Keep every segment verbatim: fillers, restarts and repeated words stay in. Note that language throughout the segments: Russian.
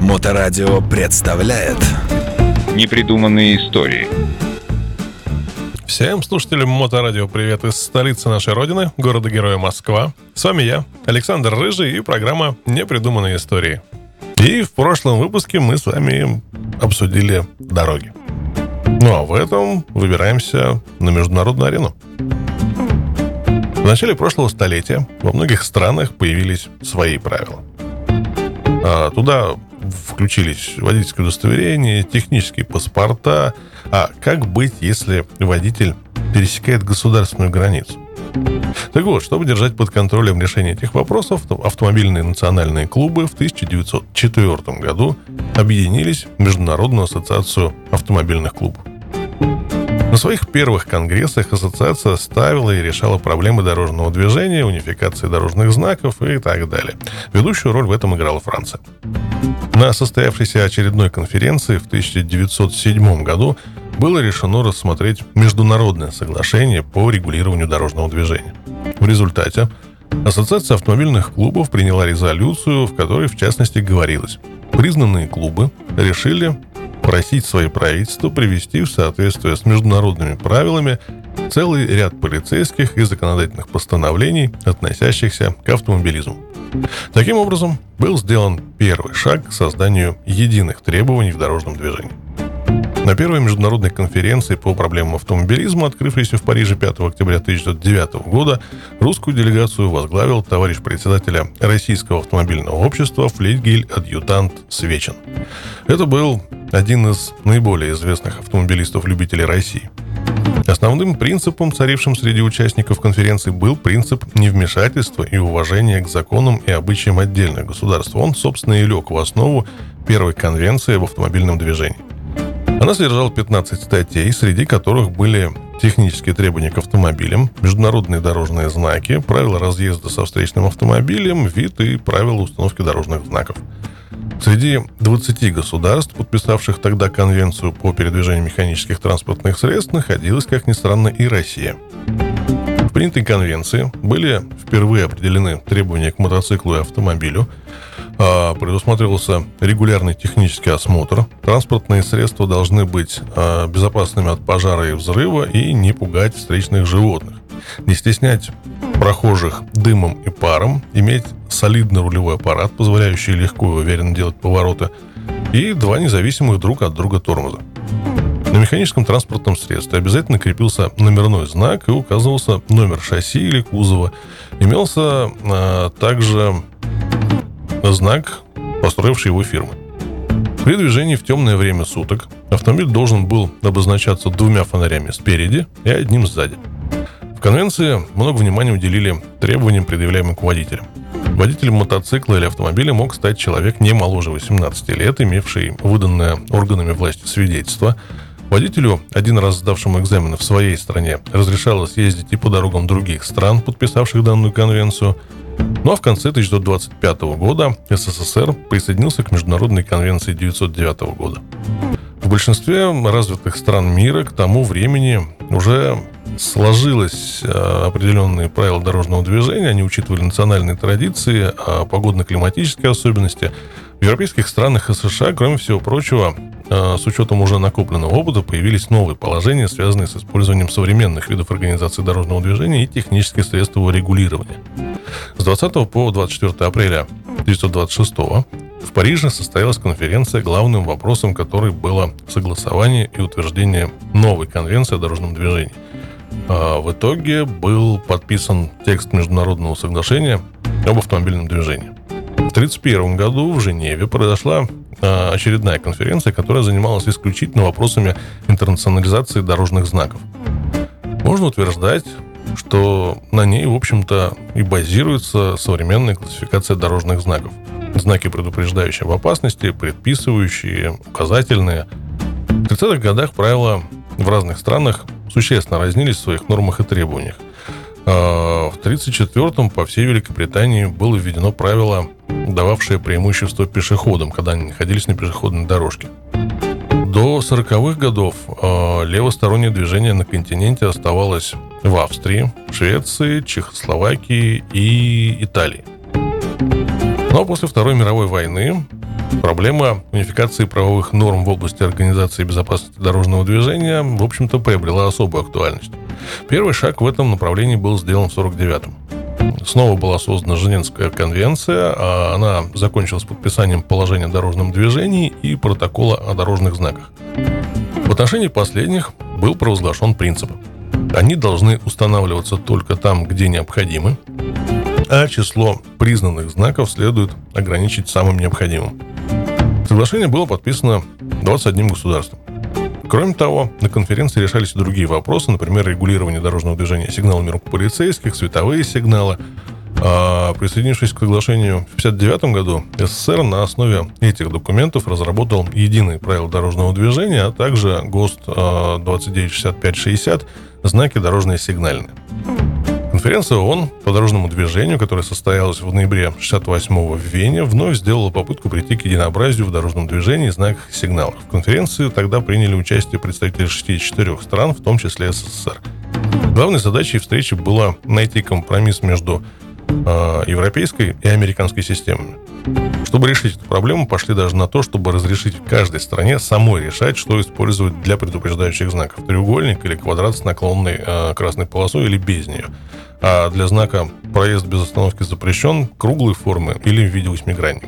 Моторадио представляет Непридуманные истории. Всем слушателям Моторадио привет из столицы нашей родины, города-героя Москва. С вами я, Александр Рыжий, и программа «Непридуманные истории». И в прошлом выпуске мы с вами обсудили дороги. Ну а в этом выбираемся на международную арену. В начале прошлого столетия во многих странах появились свои правила. А туда включились водительские удостоверения, технические паспорта. А как быть, если водитель пересекает государственную границу? Так вот, чтобы держать под контролем решение этих вопросов, автомобильные национальные клубы в тысяча девятьсот четвёртом году объединились в Международную ассоциацию автомобильных клубов. На своих первых конгрессах ассоциация ставила и решала проблемы дорожного движения, унификации дорожных знаков и так далее. Ведущую роль в этом играла Франция. На состоявшейся очередной конференции в тысяча девятьсот седьмом году было решено рассмотреть международное соглашение по регулированию дорожного движения. В результате Ассоциация автомобильных клубов приняла резолюцию, в которой, в частности, говорилось: признанные клубы решили просить свои правительства привести в соответствие с международными правилами целый ряд полицейских и законодательных постановлений, относящихся к автомобилизму. Таким образом, был сделан первый шаг к созданию единых требований в дорожном движении. На первой международной конференции по проблемам автомобилизма, открывшейся в Париже пятого октября тысяча девятьсот девятого года, русскую делегацию возглавил товарищ председателя Российского автомобильного общества флигель-адъютант Свечин. Это был один из наиболее известных автомобилистов-любителей России. Основным принципом, царившим среди участников конференции, был принцип невмешательства и уважения к законам и обычаям отдельных государств. Он, собственно, и лег в основу первой конвенции об автомобильном движении. Она содержала пятнадцать статей, среди которых были технические требования к автомобилям, международные дорожные знаки, правила разъезда со встречным автомобилем, вид и правила установки дорожных знаков. Среди двадцати государств, подписавших тогда конвенцию по передвижению механических транспортных средств, находилась, как ни странно, и Россия. В принятой конвенции были впервые определены требования к мотоциклу и автомобилю. Предусматривался регулярный технический осмотр. Транспортные средства должны быть безопасными от пожара и взрыва и не пугать встречных животных. Не стеснять прохожих дымом и паром, иметь солидный рулевой аппарат, позволяющий легко и уверенно делать повороты, и два независимых друг от друга тормоза. На механическом транспортном средстве обязательно крепился номерной знак и указывался номер шасси или кузова. Имелся а, также знак, построивший его фирмы. При движении в темное время суток автомобиль должен был обозначаться двумя фонарями спереди и одним сзади. В конвенции много внимания уделили требованиям, предъявляемым к водителям. Водителем мотоцикла или автомобиля мог стать человек не моложе восемнадцати лет, имевший выданное органами власти свидетельство. Водителю, один раз сдавшему экзамены в своей стране, разрешалось ездить и по дорогам других стран, подписавших данную конвенцию. Ну а в конце тысяча девятьсот двадцать пятого года СССР присоединился к Международной конвенции тысяча девятьсот девятого года. В большинстве развитых стран мира к тому времени уже сложилось определенные правила дорожного движения, они учитывали национальные традиции, погодно-климатические особенности. В европейских странах и США, кроме всего прочего, с учетом уже накопленного опыта, появились новые положения, связанные с использованием современных видов организации дорожного движения и технических средств его регулирования. С двадцатого по двадцать четвёртое апреля тысяча девятьсот двадцать шестого в Париже состоялась конференция, главным вопросом которой было согласование и утверждение новой конвенции о дорожном движении. А в итоге был подписан текст международного соглашения об автомобильном движении. В тысяча девятьсот тридцать первом году в Женеве произошла очередная конференция, которая занималась исключительно вопросами интернационализации дорожных знаков. Можно утверждать, что на ней, в общем-то, и базируется современная классификация дорожных знаков. Знаки, предупреждающие об опасности, предписывающие, указательные. В тридцатых годах правила в разных странах существенно разнились в своих нормах и требованиях. В тридцать четвёртом по всей Великобритании было введено правило, дававшее преимущество пешеходам, когда они находились на пешеходной дорожке. До сороковых годов левостороннее движение на континенте оставалось в Австрии, Швеции, Чехословакии и Италии. Но после Второй мировой войны Проблема унификации правовых норм в области организации безопасности дорожного движения, в общем-то, приобрела особую актуальность. Первый шаг в этом направлении был сделан в сорок девятом. Снова была создана Женевская конвенция, а она закончилась подписанием положения о дорожном движении и протокола о дорожных знаках. В отношении последних был провозглашен принцип: они должны устанавливаться только там, где необходимы, а число признанных знаков следует ограничить самым необходимым. Соглашение было подписано двадцать одним государством. Кроме того, на конференции решались и другие вопросы, например, регулирование дорожного движения сигналами рук полицейских, световые сигналы. А присоединившись к соглашению в тысяча девятьсот пятьдесят девятом году, СССР на основе этих документов разработал единые правила дорожного движения, а также ГОСТ двадцать девять шестьдесят пять шестьдесят «Знаки дорожные сигнальные». Конференция ООН по дорожному движению, которая состоялась в ноябре шестьдесят восьмого в Вене, вновь сделала попытку прийти к единообразию в дорожном движении и знаках и сигналах. В конференции тогда приняли участие представители шестидесяти четырёх стран, в том числе СССР. Главной задачей встречи было найти компромисс между э, европейской и американской системами. Чтобы решить эту проблему, пошли даже на то, чтобы разрешить каждой стране самой решать, что использовать для предупреждающих знаков: треугольник или квадрат с наклонной э, красной полосой или без нее. А для знака «Проезд без остановки запрещен» круглой формы или в виде восьмигранника.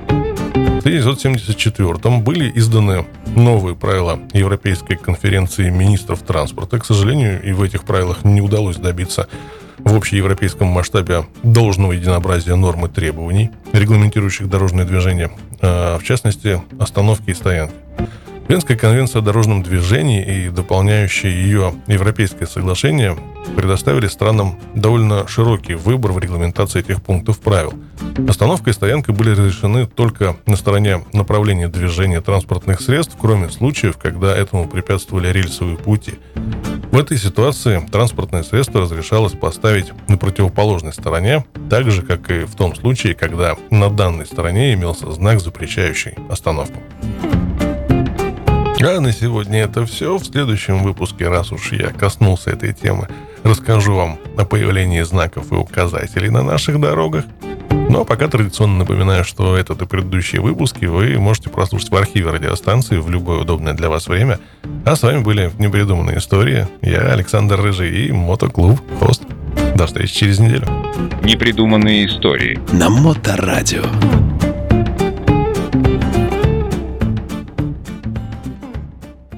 В тысяча девятьсот семьдесят четвёртом были изданы новые правила Европейской конференции министров транспорта. К сожалению, и в этих правилах не удалось добиться в общеевропейском масштабе должного единообразия норм и требований, регламентирующих дорожное движение, в частности, остановки и стоянки. Венская конвенция о дорожном движении и дополняющее ее Европейское соглашение предоставили странам довольно широкий выбор в регламентации этих пунктов правил. Остановка и стоянка были разрешены только на стороне направления движения транспортных средств, кроме случаев, когда этому препятствовали рельсовые пути. В этой ситуации транспортное средство разрешалось поставить на противоположной стороне, так же, как и в том случае, когда на данной стороне имелся знак, запрещающий остановку. А на сегодня это все. В следующем выпуске, раз уж я коснулся этой темы, расскажу вам о появлении знаков и указателей на наших дорогах. Ну а пока традиционно напоминаю, что этот и предыдущие выпуски вы можете прослушать в архиве радиостанции в любое удобное для вас время. А с вами были «Непридуманные истории». Я Александр Рыжий и Мотоклуб Хост. До встречи через неделю. Непридуманные истории На Моторадио.